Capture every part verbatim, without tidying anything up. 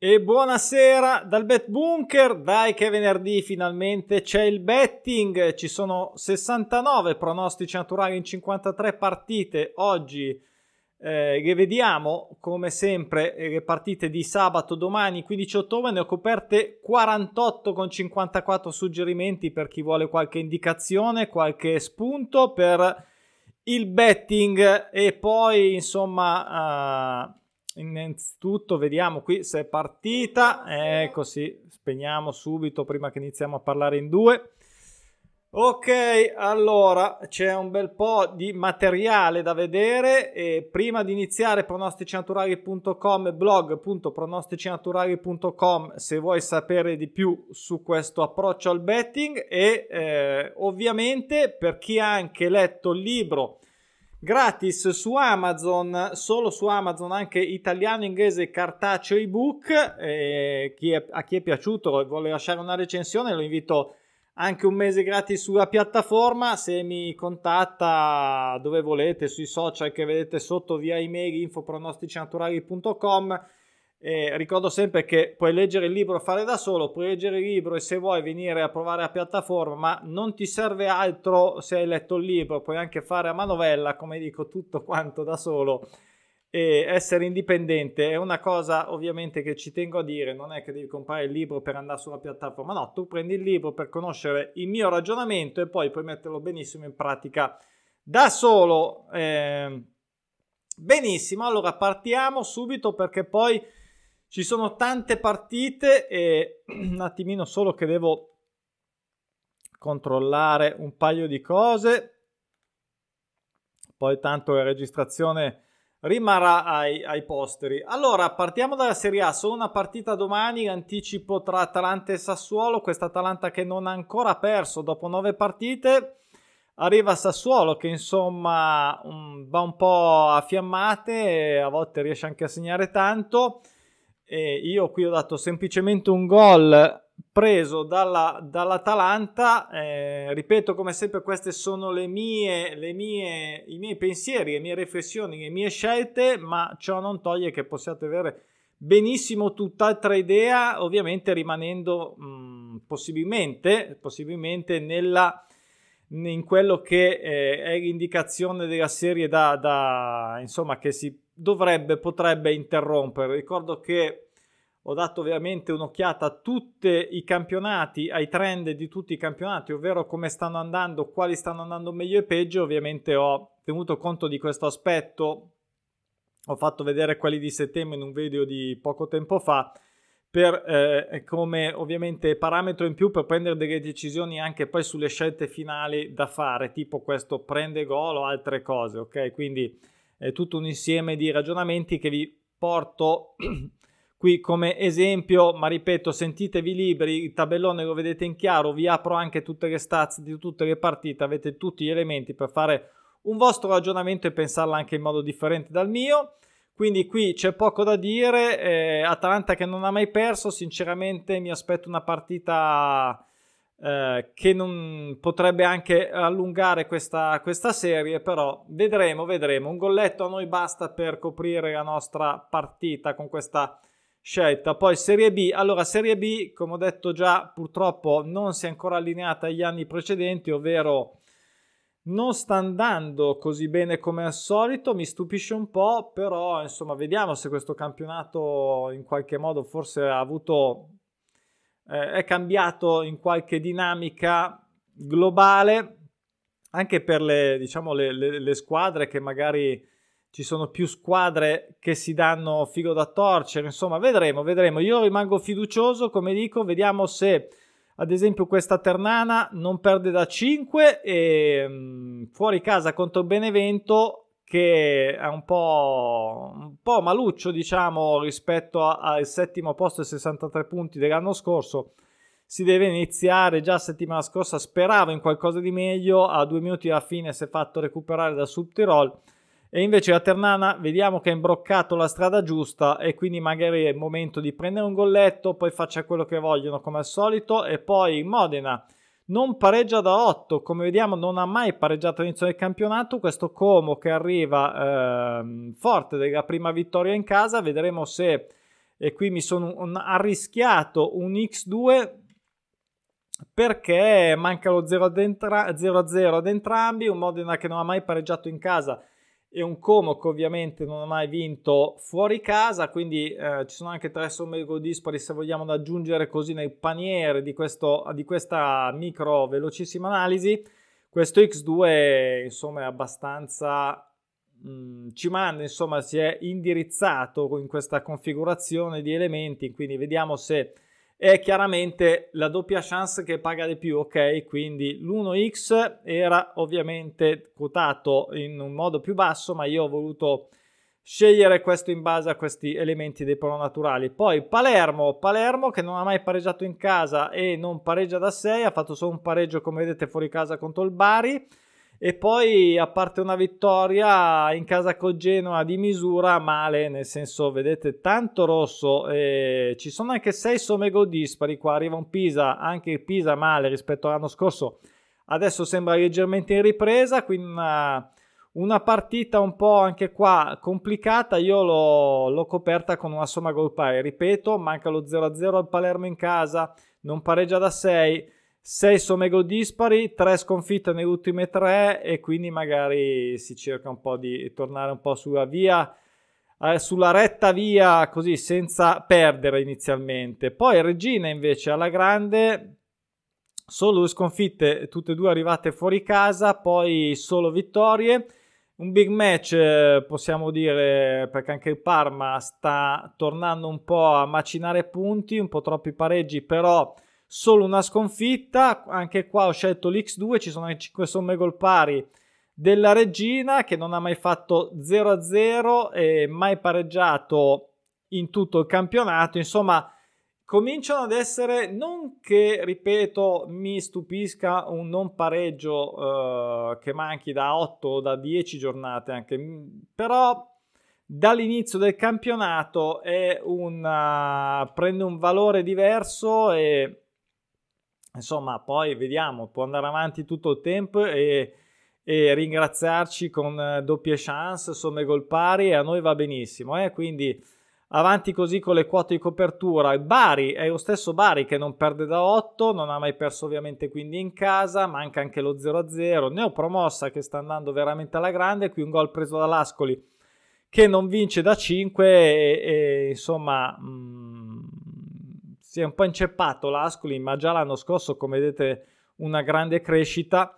E buonasera dal Bet Bunker, dai che è venerdì finalmente, c'è il betting, ci sono sessantanove pronostici naturali in cinquantatré partite oggi, eh, che vediamo come sempre le partite di sabato, domani quindici ottobre, ne ho coperte quarantotto con cinquantaquattro suggerimenti per chi vuole qualche indicazione, qualche spunto per il betting e poi insomma... Uh, innanzitutto vediamo qui se è partita, ecco sì, spegniamo subito prima che iniziamo a parlare in due. Ok, allora c'è un bel po' di materiale da vedere e prima di iniziare pronosticinaturali punto com e blog punto pronosticinaturali punto com se vuoi sapere di più su questo approccio al betting e eh, ovviamente per chi ha anche letto il libro gratis su Amazon, solo su Amazon, anche italiano, inglese, cartaceo, ebook. Eh, chi è, a chi è piaciuto e vuole lasciare una recensione, lo invito anche un mese gratis sulla piattaforma. Se mi contatta dove volete, sui social che vedete sotto, via email info pronosticinaturali punto com. Eh, ricordo sempre che puoi leggere il libro e fare da solo, puoi leggere il libro e se vuoi venire a provare la piattaforma, ma non ti serve altro se hai letto il libro, puoi anche fare a manovella, come dico, tutto quanto da solo e essere indipendente. È una cosa ovviamente che ci tengo a dire, non è che devi comprare il libro per andare sulla piattaforma, no, tu prendi il libro per conoscere il mio ragionamento e poi puoi metterlo benissimo in pratica da solo. Eh, benissimo, allora partiamo subito perché poi ci sono tante partite e un attimino solo che devo controllare un paio di cose. Poi tanto la registrazione rimarrà ai, ai posteri. Allora, partiamo dalla Serie A. Solo una partita domani, l'anticipo tra Atalanta e Sassuolo. Questa Atalanta che non ha ancora perso dopo nove partite. Arriva Sassuolo che insomma um, va un po' a fiammate e a volte riesce anche a segnare tanto. E io qui ho dato semplicemente un gol preso dalla, dall'Atalanta. Eh, ripeto, come sempre, queste sono le mie, le mie, i miei pensieri, le mie riflessioni, le mie scelte, ma ciò non toglie che possiate avere benissimo tutt'altra idea, ovviamente rimanendo mh, possibilmente, possibilmente nella, in quello che eh, è l'indicazione della serie da, da insomma che si dovrebbe, potrebbe interrompere. Ricordo che ho dato ovviamente un'occhiata a tutti i campionati, ai trend di tutti i campionati, ovvero come stanno andando, quali stanno andando meglio e peggio. Ovviamente ho tenuto conto di questo aspetto, ho fatto vedere quelli di settembre in un video di poco tempo fa, per eh, come ovviamente parametro in più per prendere delle decisioni anche poi sulle scelte finali da fare, tipo questo prende gol o altre cose, ok? Quindi è tutto un insieme di ragionamenti che vi porto qui come esempio, ma ripeto, sentitevi liberi, il tabellone lo vedete in chiaro, vi apro anche tutte le stats di tutte le partite, avete tutti gli elementi per fare un vostro ragionamento e pensarla anche in modo differente dal mio. Quindi qui c'è poco da dire, eh, Atalanta che non ha mai perso, sinceramente mi aspetto una partita eh, che non potrebbe anche allungare questa, questa serie, però vedremo, vedremo. Un golletto a noi basta per coprire la nostra partita con questa scelta. Poi Serie B, allora Serie B, come ho detto già, purtroppo non si è ancora allineata agli anni precedenti, ovvero non sta andando così bene come al solito, mi stupisce un po', però insomma vediamo se questo campionato in qualche modo forse ha avuto eh, è cambiato in qualche dinamica globale anche per le diciamo le, le, le squadre, che magari ci sono più squadre che si danno filo da torcere, insomma vedremo, vedremo. Io rimango fiducioso, come dico, vediamo se ad esempio questa Ternana non perde da cinque e mh, fuori casa contro il Benevento, che è un po', un po' maluccio diciamo rispetto a, al settimo posto e sessantatré punti dell'anno scorso. Si deve iniziare, già settimana scorsa speravo in qualcosa di meglio, a due minuti alla fine si è fatto recuperare dal Sud Tirol. E invece la Ternana vediamo che ha imbroccato la strada giusta e quindi magari è il momento di prendere un golletto, poi faccia quello che vogliono come al solito. E poi il Modena non pareggia da otto, come vediamo non ha mai pareggiato all'inizio del campionato. Questo Como che arriva eh, forte della prima vittoria in casa, vedremo se e qui mi sono un, arrischiato un ics due perché manca lo zero a zero ad entrambi, un Modena che non ha mai pareggiato in casa e un Como che ovviamente non ha mai vinto fuori casa, quindi eh, ci sono anche tre somme gol dispari se vogliamo da aggiungere così nel paniere di, questo, di questa micro velocissima analisi. Questo ics due insomma è abbastanza mh, ci manda, insomma si è indirizzato in questa configurazione di elementi, quindi vediamo se è chiaramente la doppia chance che paga di più, ok? Quindi l'uno ics era ovviamente quotato in un modo più basso, ma io ho voluto scegliere questo in base a questi elementi dei pronaturali. Poi Palermo, Palermo che non ha mai pareggiato in casa e non pareggia da sei, ha fatto solo un pareggio come vedete fuori casa contro il Bari. E poi, a parte una vittoria in casa con Genoa di misura, male, nel senso, vedete, tanto rosso. Eh, ci sono anche sei somme gol dispari. Qua arriva un Pisa, anche il Pisa male rispetto all'anno scorso. Adesso sembra leggermente in ripresa, quindi una, una partita un po' anche qua complicata. Io l'ho, l'ho coperta con una somma gol pari. Ripeto, manca lo zero a zero al Palermo in casa, non pareggia da sei. sei somme gol dispari, tre sconfitte nelle ultime tre e quindi magari si cerca un po' di tornare un po' sulla via, eh, sulla retta via così senza perdere inizialmente. Poi Regina invece alla grande, solo due sconfitte, tutte e due arrivate fuori casa, poi solo vittorie. Un big match eh, possiamo dire perché anche il Parma sta tornando un po' a macinare punti, un po' troppi pareggi, però solo una sconfitta. Anche qua ho scelto l'ics due, ci sono le cinque somme gol pari della Regina che non ha mai fatto zero a zero e mai pareggiato in tutto il campionato. Insomma, cominciano ad essere, non che, ripeto, mi stupisca un non pareggio eh, che manchi da otto o da dieci giornate anche, però dall'inizio del campionato è una, prende un valore diverso e insomma poi vediamo, può andare avanti tutto il tempo e, e ringraziarci con doppie chance, somme gol pari e a noi va benissimo, eh? Quindi avanti così con le quote di copertura. Il Bari è lo stesso Bari che non perde da otto, non ha mai perso ovviamente quindi in casa, manca anche lo zero a zero. Neopromossa che sta andando veramente alla grande, qui un gol preso dall'Ascoli che non vince da cinque e, e insomma mh, si è un po' inceppato l'Ascoli, ma già l'anno scorso come vedete una grande crescita.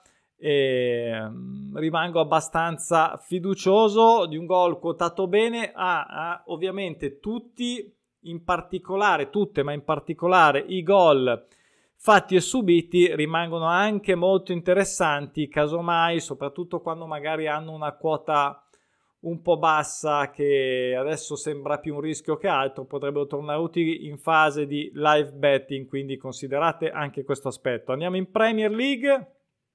E rimango abbastanza fiducioso di un gol quotato bene a, a ovviamente tutti, in particolare tutte ma in particolare i gol fatti e subiti rimangono anche molto interessanti, casomai soprattutto quando magari hanno una quota un po' bassa che adesso sembra più un rischio che altro, potrebbero tornare utili in fase di live betting, quindi considerate anche questo aspetto. Andiamo in Premier League,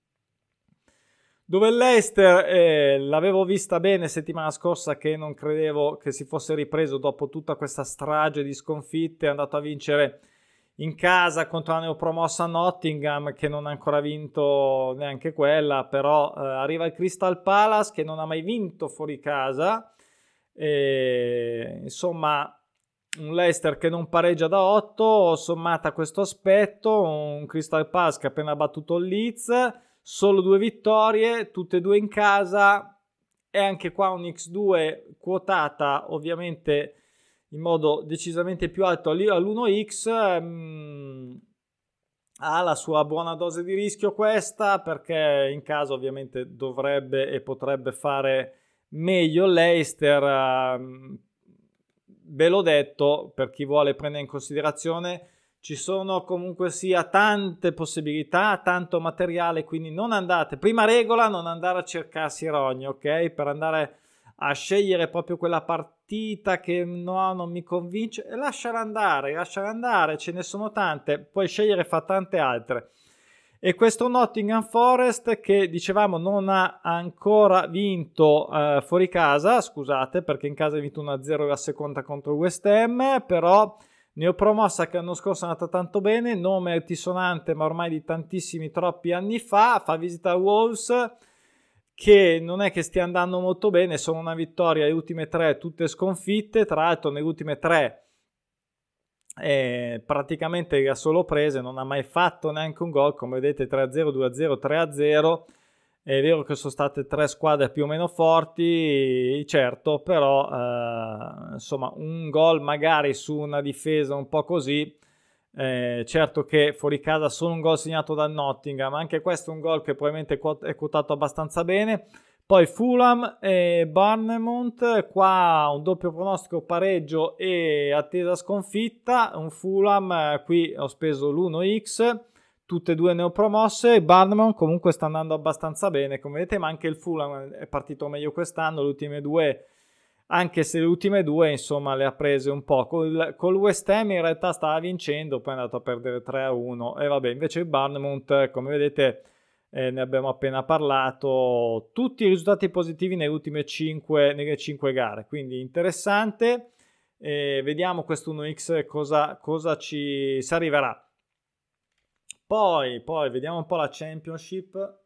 dove l'Leicester eh, l'avevo vista bene settimana scorsa che non credevo che si fosse ripreso dopo tutta questa strage di sconfitte, è andato a vincere in casa contro la neopromossa Nottingham che non ha ancora vinto neanche quella, però eh, arriva il Crystal Palace che non ha mai vinto fuori casa, e, insomma un Leicester che non pareggia da otto, sommata a questo aspetto un Crystal Palace che ha appena battuto il Leeds, solo due vittorie, tutte e due in casa, e anche qua un ics due quotata ovviamente in modo decisamente più alto all'uno ics, mh, ha la sua buona dose di rischio questa, perché in casa ovviamente dovrebbe e potrebbe fare meglio Leicester, uh, ve l'ho detto, per chi vuole prendere in considerazione ci sono comunque sia tante possibilità, tanto materiale, quindi non andate, prima regola, non andare a cercarsi rogne, ok? Per andare a scegliere proprio quella partita che no, non mi convince, e lasciala andare, lasciala andare, ce ne sono tante, puoi scegliere fra tante altre. E questo Nottingham Forest che dicevamo non ha ancora vinto eh, fuori casa, scusate, perché in casa ha vinto uno a zero la seconda contro il West Ham, però neopromossa che l'anno scorso è andata tanto bene, nome altisonante ma ormai di tantissimi troppi anni fa, fa visita a Wolves che non è che stia andando molto bene, sono una vittoria, le ultime tre tutte sconfitte, tra l'altro nelle ultime tre eh, praticamente le ha solo prese, non ha mai fatto neanche un gol, come vedete tre a zero, due a zero, tre a zero. È vero che sono state tre squadre più o meno forti, certo, però eh, insomma un gol magari su una difesa un po' così, eh, certo che fuori casa solo un gol segnato dal Nottingham, anche questo è un gol che probabilmente è quotato abbastanza bene. Poi Fulham e Bournemouth, qua un doppio pronostico pareggio e attesa sconfitta. Un Fulham, qui ho speso l'uno x, tutte e due neopromosse. Bournemouth comunque sta andando abbastanza bene, come vedete, ma anche il Fulham è partito meglio quest'anno, le ultime due, anche se le ultime due insomma le ha prese un po'. Col, col West Ham in realtà stava vincendo, poi è andato a perdere tre a uno e vabbè, invece il Bournemouth, come vedete, Eh, ne abbiamo appena parlato, tutti i risultati positivi nelle ultime cinque, nelle cinque gare, quindi interessante. Eh, vediamo questo uno x cosa, cosa ci si arriverà. Poi, poi vediamo un po' la Championship,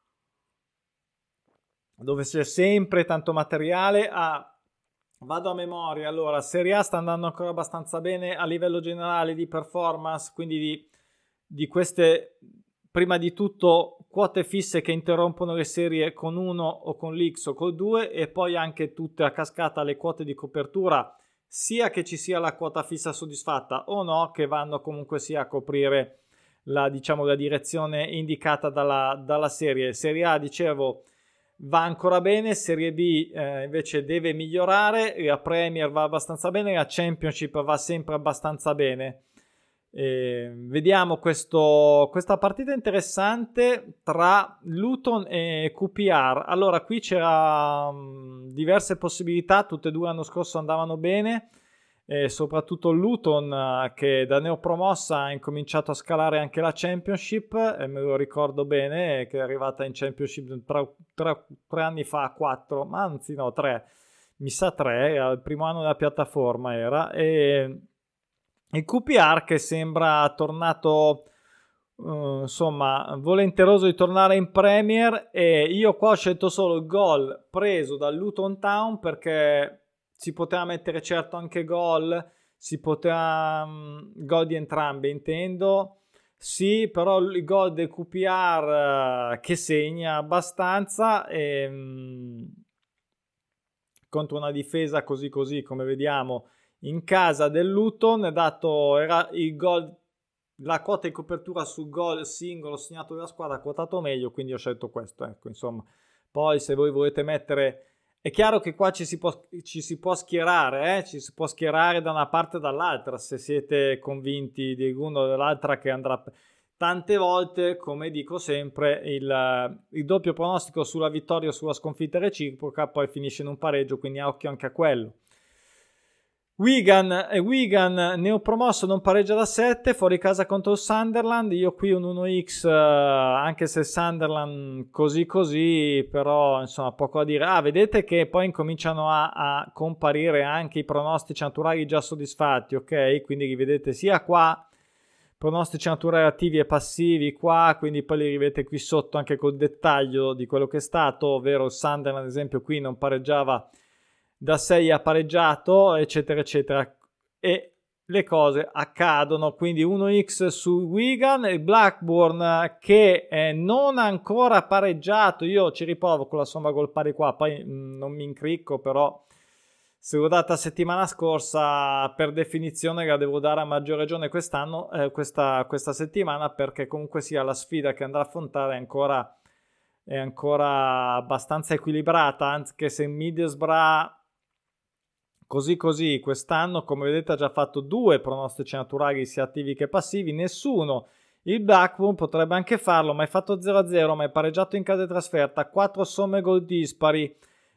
dove c'è sempre tanto materiale. Ah, vado a memoria. Allora, Serie A sta andando ancora abbastanza bene a livello generale di performance, quindi di, di queste, prima di tutto, quote fisse che interrompono le serie con uno o con l'X o col due, e poi anche tutte a cascata le quote di copertura, sia che ci sia la quota fissa soddisfatta o no, che vanno comunque sia a coprire la, diciamo, la direzione indicata dalla, dalla serie. Serie A, dicevo, va ancora bene, Serie B eh, invece deve migliorare, la Premier va abbastanza bene, la Championship va sempre abbastanza bene. Eh, vediamo questo, questa partita interessante tra Luton e Q P R. Allora, qui c'era um, diverse possibilità, tutte e due l'anno scorso andavano bene, eh, soprattutto Luton uh, che da neopromossa ha incominciato a scalare anche la Championship, e me lo ricordo bene, che è arrivata in Championship tre, tre, tre anni fa, quattro, ma anzi no, tre, mi sa tre, il primo anno della piattaforma era, e il Q P R che sembra tornato uh, insomma volenteroso di tornare in Premier, e io qua ho scelto solo il gol preso dal Luton Town perché si poteva mettere certo anche gol, si poteva um, gol di entrambi intendo, sì, però il gol del Q P R uh, che segna abbastanza e, um, contro una difesa così così come vediamo in casa del Luton, dato era il gol, la quota di copertura sul gol singolo segnato dalla squadra ha quotato meglio, quindi ho scelto questo, ecco, insomma. Poi se voi volete mettere, è chiaro che qua ci si può, ci si può schierare, eh? ci si può schierare da una parte o dall'altra, se siete convinti di uno o dell'altra che andrà. Tante volte, come dico sempre, il, il doppio pronostico sulla vittoria o sulla sconfitta reciproca poi finisce in un pareggio, quindi occhio anche a quello. Wigan e Wigan neopromosso non pareggia da sette fuori casa contro il Sunderland. Io qui un uno x, anche se il Sunderland così così, però insomma poco a dire. Ah, vedete che poi incominciano a, a comparire anche i pronostici naturali già soddisfatti, ok? Quindi li vedete sia qua pronostici naturali attivi e passivi qua, quindi poi li rivedete qui sotto anche col dettaglio di quello che è stato, ovvero il Sunderland ad esempio qui non pareggiava da sei, ha pareggiato, eccetera eccetera, e le cose accadono. Quindi uno x su Wigan, il Blackburn che eh, non ha ancora pareggiato, io ci riprovo con la somma gol pari qua, poi mh, non mi incricco, però se l'ho data settimana scorsa, per definizione la devo dare a maggior ragione quest'anno, eh, questa, questa settimana, perché comunque sia la sfida che andrà a affrontare è ancora, è ancora abbastanza equilibrata, anche se Middlesbrough così così quest'anno, come vedete, ha già fatto due pronostici naturali sia attivi che passivi, nessuno. Il Blackburn potrebbe anche farlo, ma è fatto zero a zero, ma è pareggiato in casa di trasferta, quattro somme gol dispari,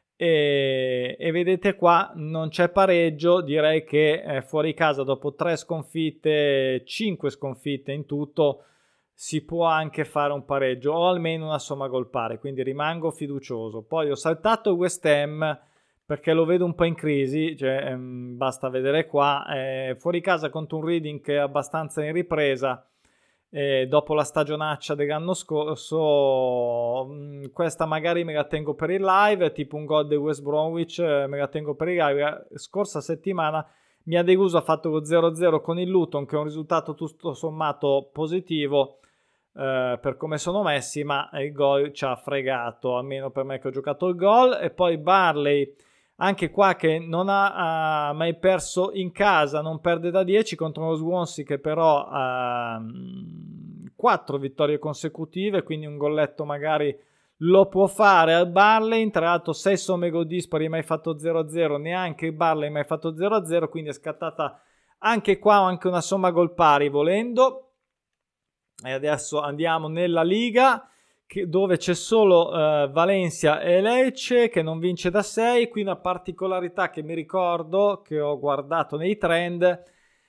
e, e vedete qua non c'è pareggio. Direi che eh, fuori casa dopo tre sconfitte, cinque sconfitte in tutto, si può anche fare un pareggio o almeno una somma gol pari, quindi rimango fiducioso. Poi ho saltato il West Ham perché lo vedo un po' in crisi, cioè, ehm, basta vedere qua, eh, fuori casa contro un Reading che è abbastanza in ripresa, eh, dopo la stagionaccia dell'anno scorso. Mh, questa magari me la tengo per il live, tipo un gol del West Bromwich, eh, me la tengo per il live. La scorsa settimana mi ha deluso, ha fatto lo zero a zero con il Luton, che è un risultato tutto sommato positivo eh, per come sono messi, ma il gol ci ha fregato, almeno per me che ho giocato il gol. E poi Barley, anche qua che non ha, ha mai perso in casa, non perde da dieci contro uno Swansea che però ha quattro vittorie consecutive, quindi un golletto magari lo può fare al Barley. Tra l'altro sei somme gol dispari, mai fatto zero a zero, neanche il Barley mai fatto zero a zero, quindi è scattata anche qua anche una somma gol pari volendo. E adesso andiamo nella Liga, che, dove c'è solo uh, Valencia e Lecce che non vince da sei. Qui una particolarità che mi ricordo, che ho guardato nei trend,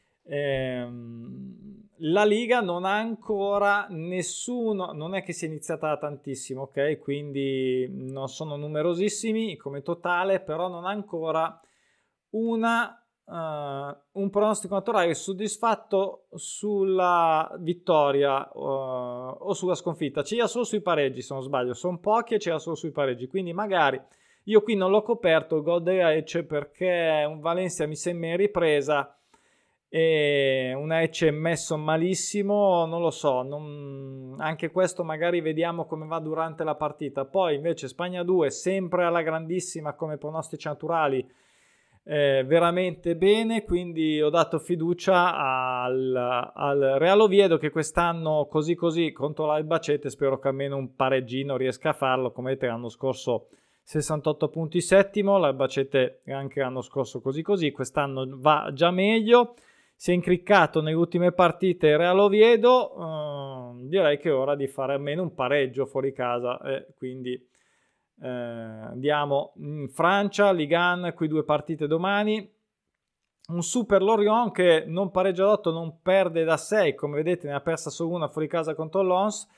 ehm, la Liga non ha ancora nessuno, non è che sia iniziata da tantissimo, ok? Quindi non sono numerosissimi come totale, però non ha ancora una, uh, un pronostico naturale soddisfatto sulla vittoria uh, o sulla sconfitta. C'era solo sui pareggi, se non sbaglio, sono pochi e c'era solo sui pareggi, quindi magari io qui non l'ho coperto il gol della Lecce perché un Valencia mi sembra in ripresa e una Lecce messo malissimo, non lo so, non... anche questo magari vediamo come va durante la partita. Poi invece Spagna due sempre alla grandissima come pronostici naturali, eh, veramente bene, quindi ho dato fiducia al, al Real Oviedo, che quest'anno così così contro l'Albacete spero che almeno un pareggino riesca a farlo. Come vedete l'anno scorso sessantotto punti settimo, l'Albacete anche l'anno scorso così così, quest'anno va già meglio. Si è incriccato nelle ultime partite il Real Oviedo, eh, direi che è ora di fare almeno un pareggio fuori casa, eh, quindi eh, andiamo in Francia, Ligue uno, qui due partite domani. Un Super Lorient che non pareggia l'otto, non perde da sei, come vedete ne ha persa solo una fuori casa contro l'Ons,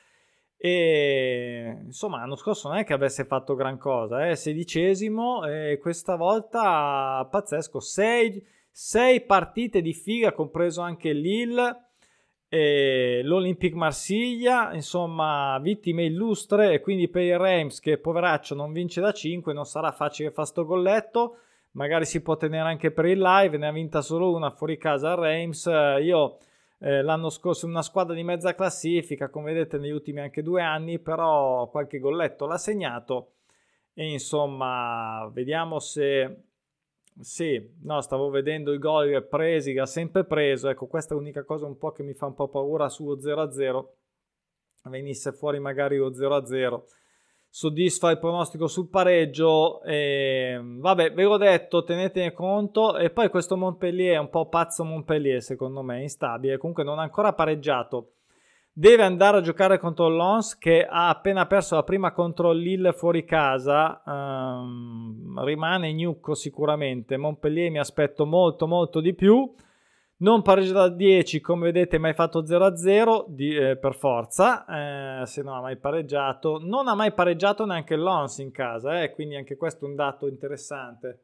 e insomma l'anno scorso non è che avesse fatto gran cosa, eh, sedicesimo, e questa volta pazzesco, sei sei partite di figa, compreso anche Lille e l'Olympique Marsiglia, insomma vittime illustre. E quindi per il Reims, che poveraccio non vince da cinque, non sarà facile fare sto golletto, magari si può tenere anche per il live. Ne ha vinta solo una fuori casa al Reims. Io eh, l'anno scorso una squadra di mezza classifica, come vedete negli ultimi anche due anni, però qualche golletto l'ha segnato. E insomma vediamo se... Sì, no, stavo vedendo i gol presi, ha sempre preso. Ecco, questa è l'unica cosa un po' che mi fa un po' paura sullo zero a zero. Venisse fuori magari lo zero a zero. Soddisfa il pronostico sul pareggio. E, vabbè, ve l'ho detto, tenetene conto. E poi questo Montpellier è un po' pazzo Montpellier, secondo me, instabile. Comunque non ha ancora pareggiato. Deve andare a giocare contro l'Ons, che ha appena perso la prima contro Lille fuori casa. Um, rimane Gnucco sicuramente. Montpellier mi aspetto molto molto di più. Non pareggia da dieci, come vedete mai fatto zero a zero di, eh, per forza, eh, se non ha mai pareggiato. Non ha mai pareggiato neanche l'Ons in casa, eh, quindi anche questo è un dato interessante.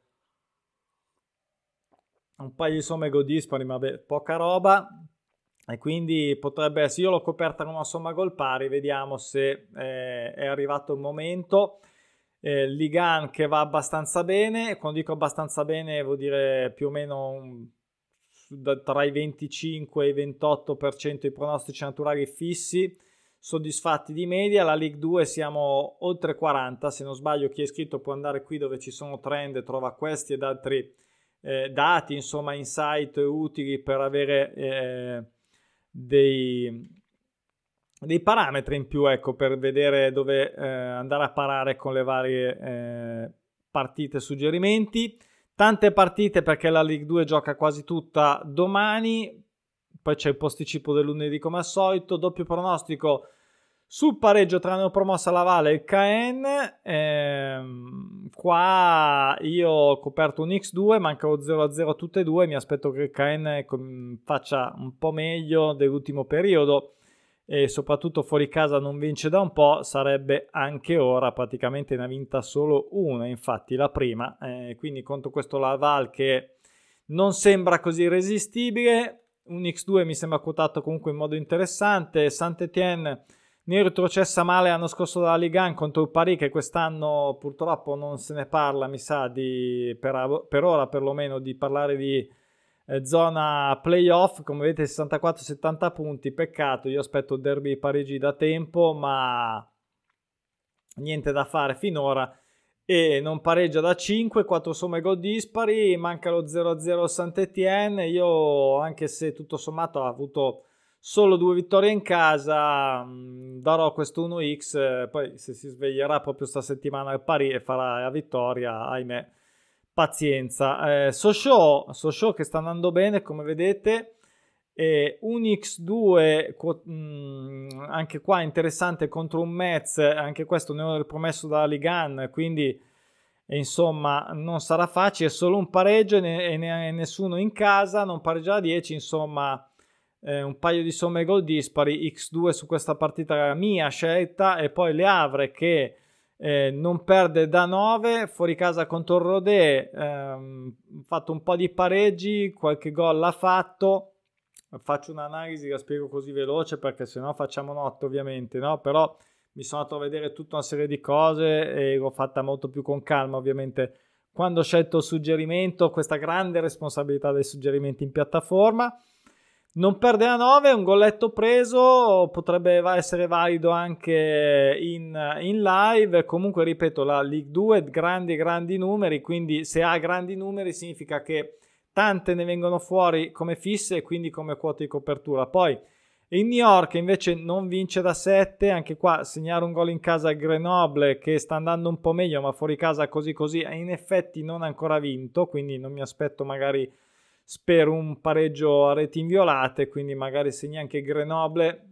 Un paio di somme gol dispari, ma beh, poca roba. E quindi potrebbe essere, io l'ho coperta con una somma gol pari, vediamo se eh, è arrivato il momento. eh, Ligue uno che va abbastanza bene, quando dico abbastanza bene vuol dire più o meno un, tra i venticinque e i ventotto per cento i pronostici naturali fissi, soddisfatti di media. La Ligue due siamo oltre quaranta, se non sbaglio chi è iscritto può andare qui dove ci sono trend, trova questi ed altri eh, dati, insomma insight utili per avere... Eh, Dei, dei parametri in più, ecco, per vedere dove eh, andare a parare con le varie eh, partite, suggerimenti. Tante partite perché la Ligue due gioca quasi tutta domani, poi c'è il posticipo del lunedì come al solito. Doppio pronostico sul pareggio tra neopromossa Laval e il K N. Ehm, qua io ho coperto un X due, manca lo zero a zero tutte e due. Mi aspetto che il K N faccia un po' meglio dell'ultimo periodo e soprattutto fuori casa non vince da un po', sarebbe anche ora. Praticamente ne ha vinta solo una, infatti la prima, eh, quindi contro questo Laval che non sembra così irresistibile. Un X due mi sembra quotato comunque in modo interessante. Saint-Étienne ne è retrocessa male l'anno scorso dalla Ligue uno contro il Paris, che quest'anno purtroppo non se ne parla, mi sa, di, per, per ora perlomeno, di parlare di eh, zona playoff, come vedete sessantaquattro settanta punti, peccato, io aspetto il derby Parigi da tempo, ma niente da fare finora, e non pareggia da cinque, quattro somme gol dispari, manca lo zero a zero Saint-Étienne. Io, anche se tutto sommato ha avuto solo due vittorie in casa, mh, darò questo uno x, eh, poi se si sveglierà proprio sta settimana al Paris e farà la vittoria, ahimè, pazienza. eh, Sochaux, Sochaux che sta andando bene, come vedete, e un x due, mh, anche qua interessante contro un Metz, anche questo ne ho promesso dalla Ligue uno, quindi insomma non sarà facile, solo un pareggio e, ne, e ne, nessuno in casa, non pareggia a dieci, insomma eh, un paio di somme gol dispari, x due su questa partita mia scelta. E poi Le Havre che eh, non perde da nove, fuori casa contro il Rodé, ehm, fatto un po' di pareggi, qualche gol l'ha fatto. Faccio un'analisi, la spiego così veloce perché sennò facciamo notte ovviamente, no? Però mi sono andato a vedere tutta una serie di cose e l'ho fatta molto più con calma ovviamente quando ho scelto il suggerimento, questa grande responsabilità dei suggerimenti in piattaforma. Non perde a nove, un golletto preso, potrebbe essere valido anche in, in live. Comunque ripeto, la Ligue due grandi grandi numeri, quindi se ha grandi numeri significa che tante ne vengono fuori come fisse e quindi come quote di copertura. Poi il New York invece non vince da sette, anche qua segnare un gol in casa al Grenoble che sta andando un po' meglio, ma fuori casa così così, in effetti non ha ancora vinto, quindi non mi aspetto, magari spero un pareggio a reti inviolate, quindi magari segna anche il Grenoble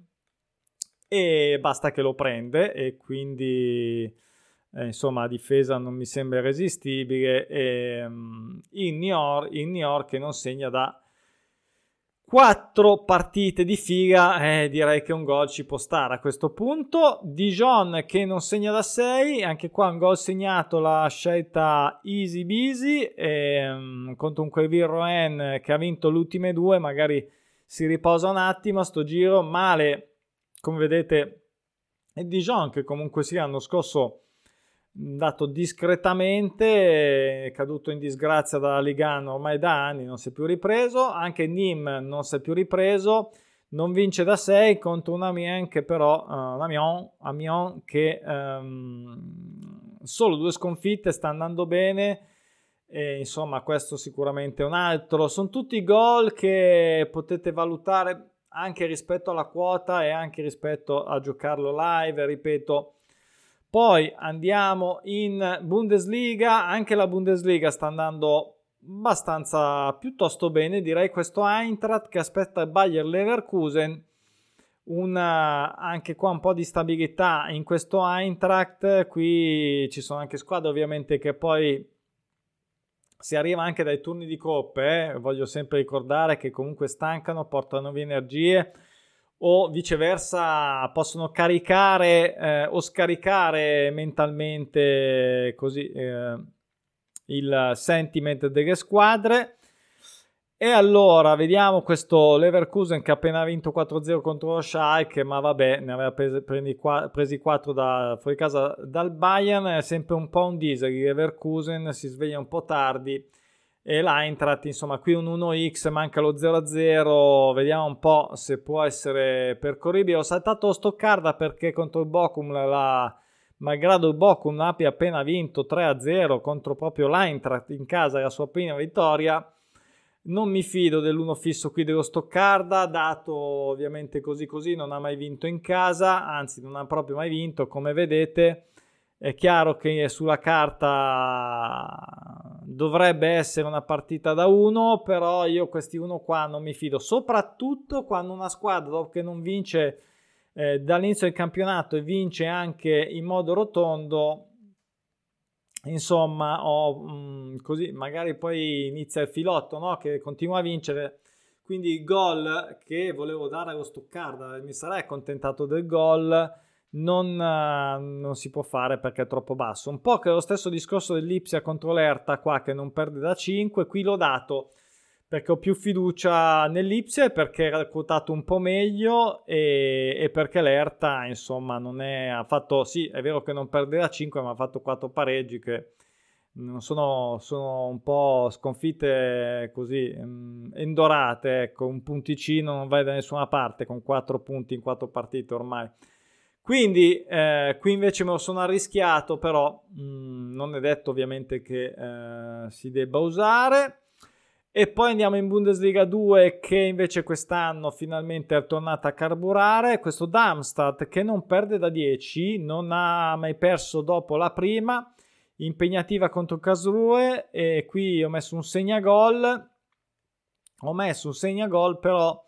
e basta che lo prende, e quindi Eh, insomma la difesa non mi sembra irresistibile. E, um, il, New York, il New York che non segna da quattro partite di fila, eh, direi che un gol ci può stare a questo punto. Dijon che non segna da sei, anche qua un gol segnato, la scelta easy busy, e, um, contro un Queville Rouen che ha vinto le ultime due, magari si riposa un attimo a sto giro. Male, come vedete, il Dijon che comunque sì, l'anno scorso dato discretamente, è caduto in disgrazia dalla Ligue uno ormai da anni, non si è più ripreso. Anche Nîmes non si è più ripreso, non vince da sei contro un Amiens che però uh, Amiens, Amiens che um, solo due sconfitte, sta andando bene, e insomma questo sicuramente è un altro. Sono tutti gol che potete valutare anche rispetto alla quota e anche rispetto a giocarlo live, ripeto. Poi andiamo in Bundesliga, anche la Bundesliga sta andando abbastanza piuttosto bene, direi. Questo Eintracht che aspetta il Bayer Leverkusen, una, anche qua un po' di stabilità in questo Eintracht. Qui ci sono anche squadre ovviamente che poi si arriva anche dai turni di coppe, eh. Voglio sempre ricordare che comunque stancano, portano via energie, o viceversa possono caricare eh, o scaricare mentalmente così eh, il sentiment delle squadre. E allora vediamo questo Leverkusen che ha appena vinto quattro a zero contro lo Schalke, ma vabbè, ne aveva presi, presi quattro da, fuori casa dal Bayern. È sempre un po' un diesel il Leverkusen, si sveglia un po' tardi. E l'Eintracht, insomma, qui un uno x, manca lo zero a zero, vediamo un po' se può essere percorribile. Ho saltato Stoccarda perché contro il Bochum, la, malgrado il Bochum abbia appena vinto tre a zero contro proprio l'Eintracht in casa, la sua prima vittoria, non mi fido dell'uno fisso qui dello Stoccarda, dato ovviamente così così, non ha mai vinto in casa, anzi non ha proprio mai vinto, come vedete. È chiaro che sulla carta dovrebbe essere una partita da uno, però io questi uno qua non mi fido, soprattutto quando una squadra che non vince eh, dall'inizio del campionato e vince anche in modo rotondo, insomma, oh, mh, così magari poi inizia il filotto, no? Che continua a vincere. Quindi il gol che volevo dare allo Stoccarda, mi sarei accontentato del gol, Non, uh, non si può fare perché è troppo basso. Un po' che lo stesso discorso dell'Ipsia contro l'Erta qua, che non perde da cinque, qui l'ho dato perché ho più fiducia nell'Ipsia e perché era quotato un po' meglio, e, e perché l'Erta insomma non è, ha fatto, sì è vero che non perde da cinque, ma ha fatto quattro pareggi che non sono, sono un po' sconfitte così, mh, endorate, ecco, un punticino non vai da nessuna parte con quattro punti in quattro partite ormai. Quindi eh, qui invece me lo sono arrischiato, però mh, non è detto ovviamente che eh, si debba usare. E poi andiamo in Bundesliga due, che invece quest'anno finalmente è tornata a carburare. Questo Darmstadt che non perde da dieci, non ha mai perso dopo la prima, impegnativa contro Karlsruhe, e qui ho messo un segnagol. Ho messo un segnagol, però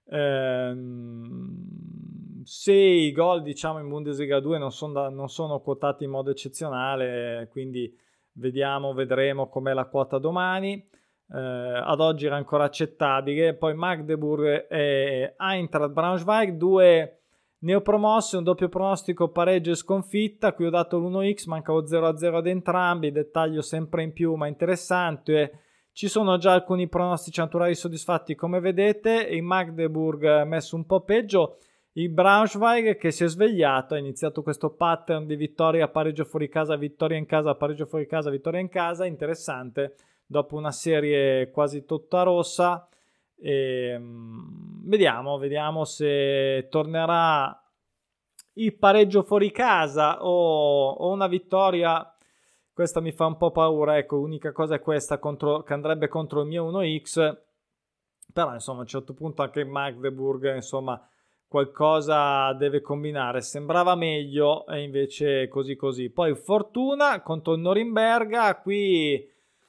ehm, se i gol diciamo in Bundesliga due non sono, da, non sono quotati in modo eccezionale, quindi vediamo, vedremo com'è la quota domani. Eh, ad oggi era ancora accettabile. Poi Magdeburg e Eintracht Braunschweig, due neopromossi, un doppio pronostico pareggio e sconfitta. Qui ho dato l'uno x, manca lo zero a zero ad entrambi, dettaglio sempre in più ma interessante. Ci sono già alcuni pronostici naturali soddisfatti, come vedete. Il Magdeburg messo un po' peggio, il Braunschweig che si è svegliato, ha iniziato questo pattern di vittoria, pareggio fuori casa, vittoria in casa, pareggio fuori casa, vittoria in casa, interessante, dopo una serie quasi tutta rossa. E, um, vediamo, vediamo se tornerà il pareggio fuori casa o, o una vittoria. Questa mi fa un po' paura, ecco, l'unica cosa è questa contro, che andrebbe contro il mio uno x, però insomma a un certo punto anche il Magdeburg insomma qualcosa deve combinare, sembrava meglio e invece così così. Poi fortuna contro il Norimberga, qui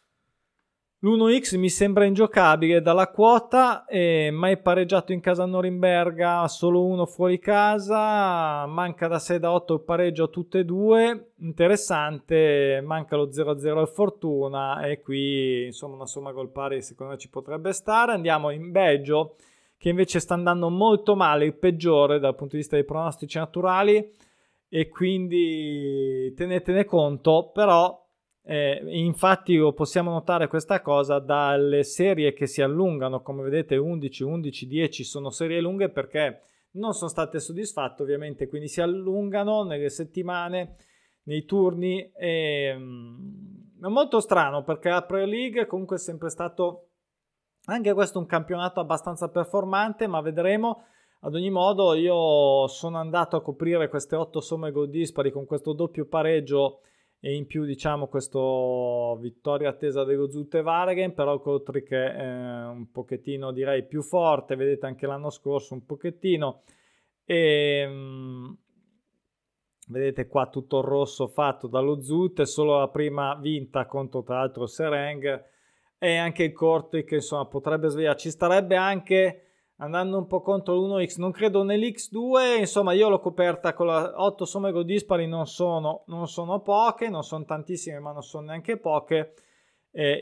l'uno x mi sembra ingiocabile dalla quota, e mai pareggiato in casa a Norimberga, solo uno fuori casa, manca da sei da otto il pareggio a tutte e due, interessante, manca lo zero a zero al Fortuna, e qui insomma una somma gol pari secondo me ci potrebbe stare. Andiamo in Belgio, che invece sta andando molto male, il peggiore dal punto di vista dei pronostici naturali, e quindi tenetene conto. Però Eh, infatti possiamo notare questa cosa dalle serie che si allungano, come vedete undici, undici, dieci sono serie lunghe perché non sono state soddisfatte ovviamente, quindi si allungano nelle settimane, nei turni, e, um, è molto strano perché la Premier League comunque è sempre stato anche questo un campionato abbastanza performante, ma vedremo. Ad ogni modo io sono andato a coprire queste otto somme gol dispari con questo doppio pareggio e in più diciamo questo vittoria attesa dello Zulte Waregem, però col trick è eh, un pochettino direi più forte, vedete anche l'anno scorso un pochettino, e mh, vedete qua tutto il rosso fatto dallo Zulte, solo la prima vinta contro tra l'altro Sereng, e anche il Kortrijk che insomma potrebbe svegliare, ci starebbe anche andando un po' contro l'uno x, non credo nell'X due, insomma io l'ho coperta con la otto somme gol dispari, non sono, non sono poche, non sono tantissime ma non sono neanche poche, e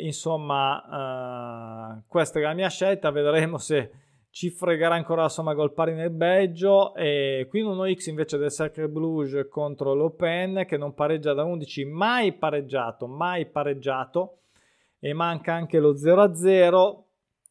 insomma uh, questa è la mia scelta, vedremo se ci fregherà ancora la somma gol pari nel Belgio. E qui un uno x invece del Sacre Bruges contro l'Open che non pareggia da undici, mai pareggiato, mai pareggiato, e manca anche lo zero a zero.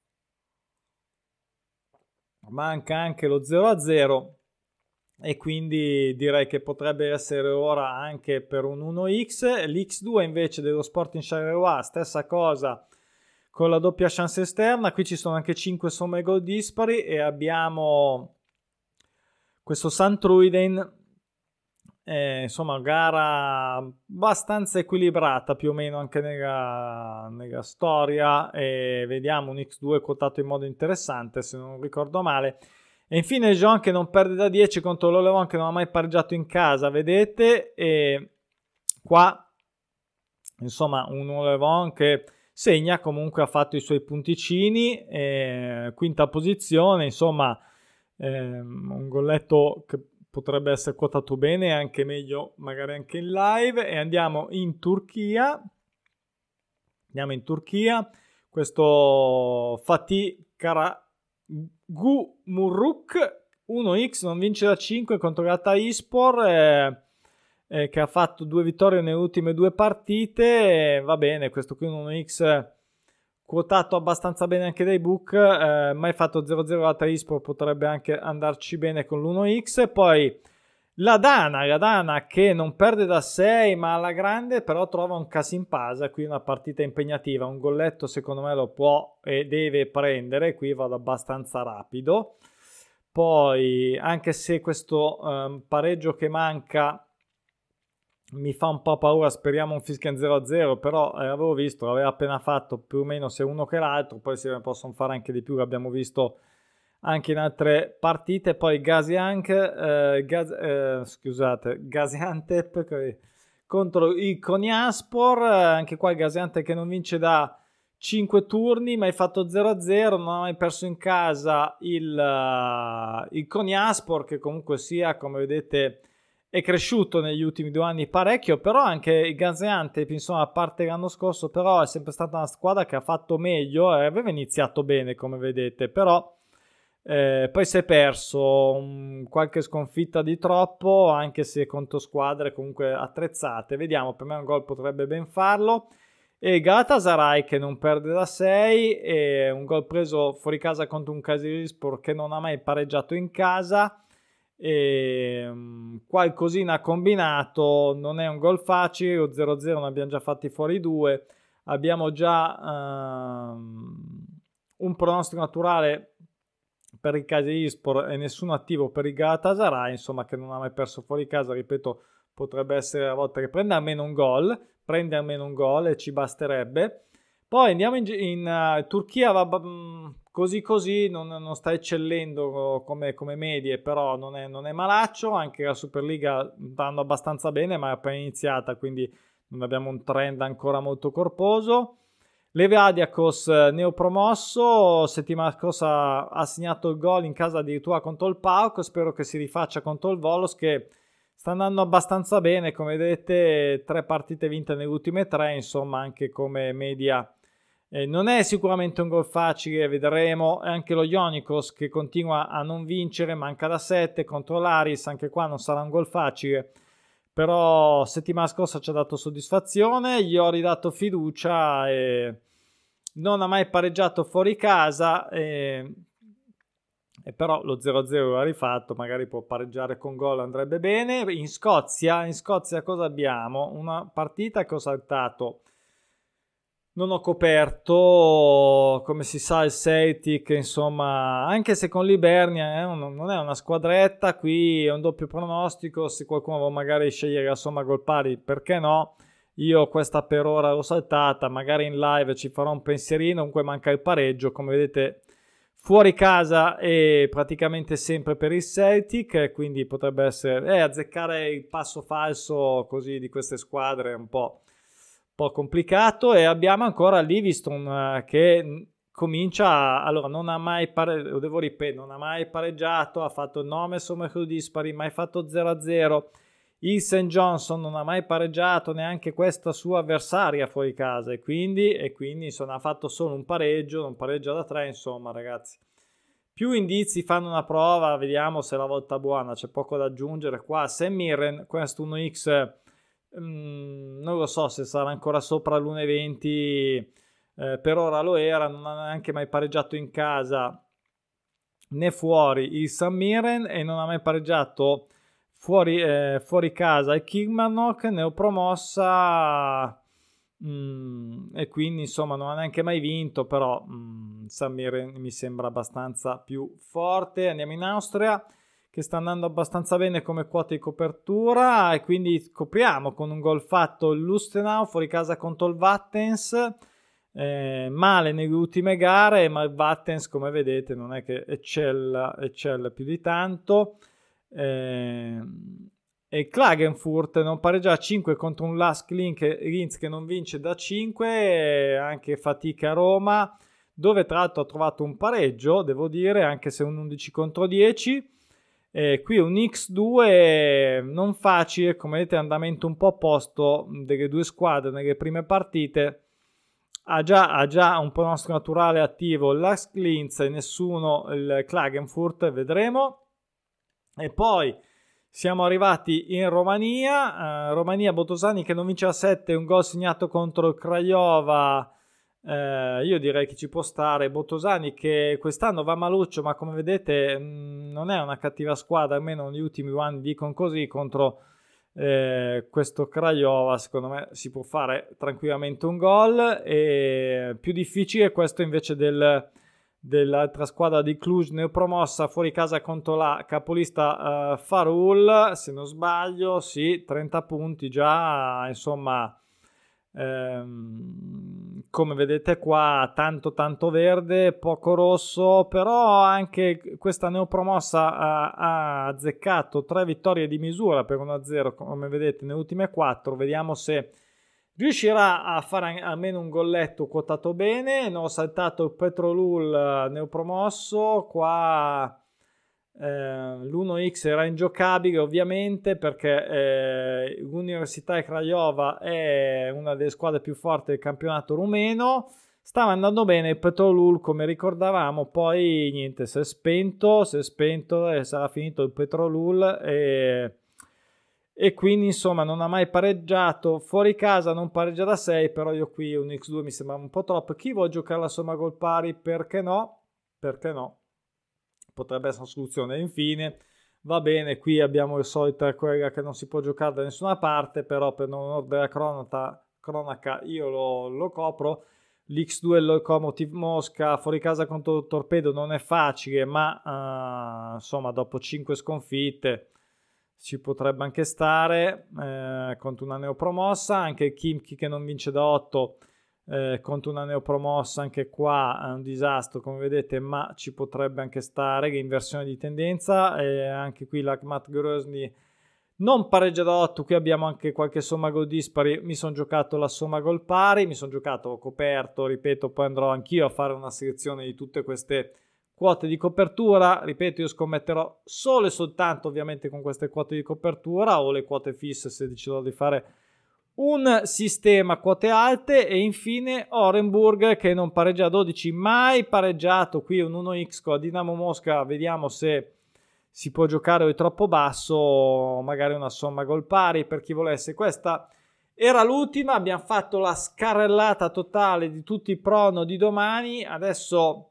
Manca anche lo zero a zero, e quindi direi che potrebbe essere ora anche per un uno x. L'X due invece dello Sporting Charleroi, stessa cosa con la doppia chance esterna, qui ci sono anche cinque somme gol dispari e abbiamo questo Santruiden, eh, insomma gara abbastanza equilibrata più o meno anche nella, nella storia, e vediamo un X due quotato in modo interessante se non ricordo male. E infine Jean che non perde da dieci contro l'Olevon che non ha mai pareggiato in casa, vedete, e qua insomma un Olevon che segna, comunque ha fatto i suoi punticini, eh, quinta posizione, insomma ehm, un golletto che potrebbe essere quotato bene, anche meglio magari anche in live. E andiamo in Turchia, andiamo in Turchia, questo Fatih Karagümrük uno x non vince da cinque contro Hatayspor, eh, eh, che ha fatto due vittorie nelle ultime due partite, eh, va bene, questo qui un uno x quotato abbastanza bene anche dai book, eh, mai fatto zero a zero Hatayspor, potrebbe anche andarci bene con l'uno x. Poi La Dana, la Dana che non perde da sei ma alla grande, però trova un Kasimpasa, qui una partita impegnativa, un golletto secondo me lo può e deve prendere, qui vado abbastanza rapido. Poi anche se questo um, pareggio che manca mi fa un po' paura, speriamo un Fisken zero a zero, però eh, avevo visto, l'aveva appena fatto più o meno sia uno che l'altro, poi se ne possono fare anche di più, l'abbiamo visto anche in altre partite. Poi Gaziantep, eh, Gaz, eh, scusate, Gaziantep contro il Konyaspor, anche qua il Gaziantep che non vince da cinque turni, ma hai fatto zero a zero, non ha mai perso in casa il, uh, il Konyaspor, che comunque sia, come vedete, è cresciuto negli ultimi due anni parecchio, però anche il Gaziantep, insomma, a parte l'anno scorso, però è sempre stata una squadra che ha fatto meglio, e aveva iniziato bene, come vedete, però Eh, poi si è perso um, qualche sconfitta di troppo, anche se contro squadre comunque attrezzate. Vediamo, per me un gol potrebbe ben farlo. E Galatasaray che non perde da sei, e un gol preso fuori casa contro un Kayserispor che non ha mai pareggiato in casa. E um, qualcosina ha combinato, non è un gol facile, o zero a zero ne abbiamo già fatti fuori due. Abbiamo già um, un pronostico naturale per il Kayserispor e nessuno attivo per il Galatasaray, insomma, che non ha mai perso fuori casa. Ripeto, potrebbe essere la volta che prende almeno un gol, prende almeno un gol e ci basterebbe. Poi andiamo in, in uh, Turchia, va, mh, così così, non, non sta eccellendo come, come medie, però non è, non è malaccio. Anche la Superliga vanno abbastanza bene, ma è appena iniziata, quindi non abbiamo un trend ancora molto corposo. Levadiakos neopromosso, settimana scorsa ha segnato il gol in casa addirittura contro il PAOK, spero che si rifaccia contro il Volos, che sta andando abbastanza bene, come vedete tre partite vinte nelle ultime tre, insomma anche come media eh, non è sicuramente un gol facile, vedremo. E anche lo Ionikos che continua a non vincere, manca da sette contro l'Aris, anche qua non sarà un gol facile, però settimana scorsa ci ha dato soddisfazione, gli ho ridato fiducia e non ha mai pareggiato fuori casa, e, e però lo zero a zero l'ha rifatto, magari può pareggiare con gol, andrebbe bene. In Scozia, in Scozia cosa abbiamo? Una partita che ho saltato, non ho coperto, come si sa il Celtic, insomma, anche se con l'Hibernia eh, non è una squadretta, qui è un doppio pronostico, se qualcuno vuole magari scegliere la somma gol pari, perché no? Io questa per ora l'ho saltata, magari in live ci farò un pensierino, comunque manca il pareggio, come vedete fuori casa è praticamente sempre per il Celtic, quindi potrebbe essere eh, azzeccare il passo falso così di queste squadre un po', un po' complicato. E abbiamo ancora Livingston uh, che comincia a, allora non ha mai pareggiato, lo devo ripetere, non ha mai pareggiato, ha fatto nove somme dispari, mai fatto zero a zero. Il Saint Johnson non ha mai pareggiato neanche questa sua avversaria fuori casa, e quindi, e quindi insomma, ha fatto solo un pareggio, non pareggia da tre, insomma ragazzi. Più indizi fanno una prova, vediamo se è la volta buona, c'è poco da aggiungere qua. St Mirren, questo uno x, um, non lo so se sarà ancora sopra l'uno virgola venti, eh, per ora lo era, non ha neanche mai pareggiato in casa né fuori il St Mirren, e non ha mai pareggiato fuori, eh, fuori casa il Kilmarnock, neopromossa, mm, e quindi insomma non ha neanche mai vinto, però mm, St Mirren mi sembra abbastanza più forte. Andiamo in Austria, che sta andando abbastanza bene come quota di copertura, e quindi copriamo con un gol fatto il Lustenau fuori casa contro il Wattens. Eh, male nelle ultime gare, ma il Wattens, come vedete, non è che eccella, eccella più di tanto. Eh, e Klagenfurt non pareggia a cinque contro un Lask Linz che non vince da cinque, anche fatica a Roma, dove tra l'altro ha trovato un pareggio, devo dire, anche se un undici contro dieci. Eh, qui un ics due non facile, come vedete andamento un po' opposto delle due squadre nelle prime partite. Ha già, ha già un pronostico naturale attivo il Lask Linz e nessuno il Klagenfurt, vedremo. E poi siamo arrivati in Romania, uh, Romania Botosani che non vince a sette, un gol segnato contro il Craiova, Eh, io direi che ci può stare. Bottosani che quest'anno va maluccio, ma come vedete mh, non è una cattiva squadra, almeno negli ultimi due anni dicono così. Contro eh, questo Craiova secondo me si può fare tranquillamente un gol, e più difficile è questo invece del, dell'altra squadra di Cluj neopromossa fuori casa contro la capolista uh, Farul, se non sbaglio, sì, trenta punti già, insomma. Ehm, come vedete qua, tanto tanto verde, poco rosso, però anche questa neopromossa ha, ha azzeccato tre vittorie di misura per uno a zero, come vedete nelle ultime quattro. Vediamo se riuscirà a fare almeno un golletto quotato bene. Ne ho saltato il Petrolul neopromosso qua. Eh, l'uno x era ingiocabile ovviamente perché eh, l'Università Craiova è una delle squadre più forti del campionato rumeno. Stava andando bene il Petrolul, come ricordavamo, poi niente, si è spento, si è spento e sarà finito il Petrolul, e, e quindi insomma non ha mai pareggiato. Fuori casa non pareggia da sei, però io qui un ics due mi sembra un po' troppo. Chi vuole giocare la somma gol pari? Perché no? Perché no? Potrebbe essere una soluzione. E infine va bene, qui abbiamo il solito quella che non si può giocare da nessuna parte, però per non ordine della cronaca, cronaca io lo, lo copro. L'X due Lokomotiv Mosca fuori casa contro il Torpedo non è facile, ma uh, insomma dopo cinque sconfitte ci potrebbe anche stare, eh, contro una neopromossa. Anche il Khimki che non vince da otto Eh, contro una neopromossa, anche qua è un disastro come vedete, ma ci potrebbe anche stare, che inversione di tendenza. E anche qui l'Akhmat Grozny non pareggia da otto, qui abbiamo anche qualche somma gol dispari. Mi sono giocato la somma gol pari, mi sono giocato coperto, ripeto, poi andrò anch'io a fare una selezione di tutte queste quote di copertura. Ripeto, io scommetterò solo e soltanto ovviamente con queste quote di copertura o le quote fisse se deciderò di fare un sistema quote alte. E infine Orenburg che non pareggia a dodici, mai pareggiato. Qui un uno x con la Dinamo Mosca, vediamo se si può giocare o è troppo basso, magari una somma gol pari per chi volesse. Questa era l'ultima, abbiamo fatto la scarrellata totale di tutti i prono di domani. Adesso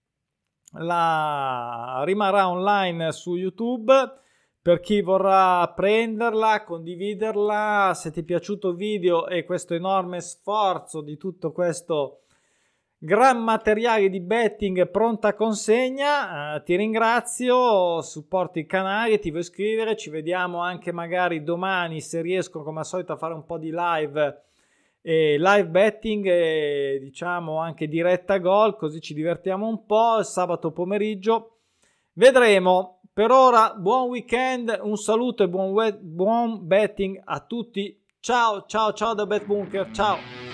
la rimarrà online su YouTube per chi vorrà prenderla, condividerla. Se ti è piaciuto il video e questo enorme sforzo di tutto questo gran materiale di betting pronta consegna, eh, ti ringrazio. Supporti il canale, ti vuoi iscrivere, ci vediamo anche magari domani se riesco come al solito a fare un po' di live e live betting e diciamo anche diretta gol, così ci divertiamo un po'. Il sabato pomeriggio vedremo. Per ora buon weekend, un saluto e buon, buon betting a tutti. Ciao ciao ciao da Bet Bunker, ciao.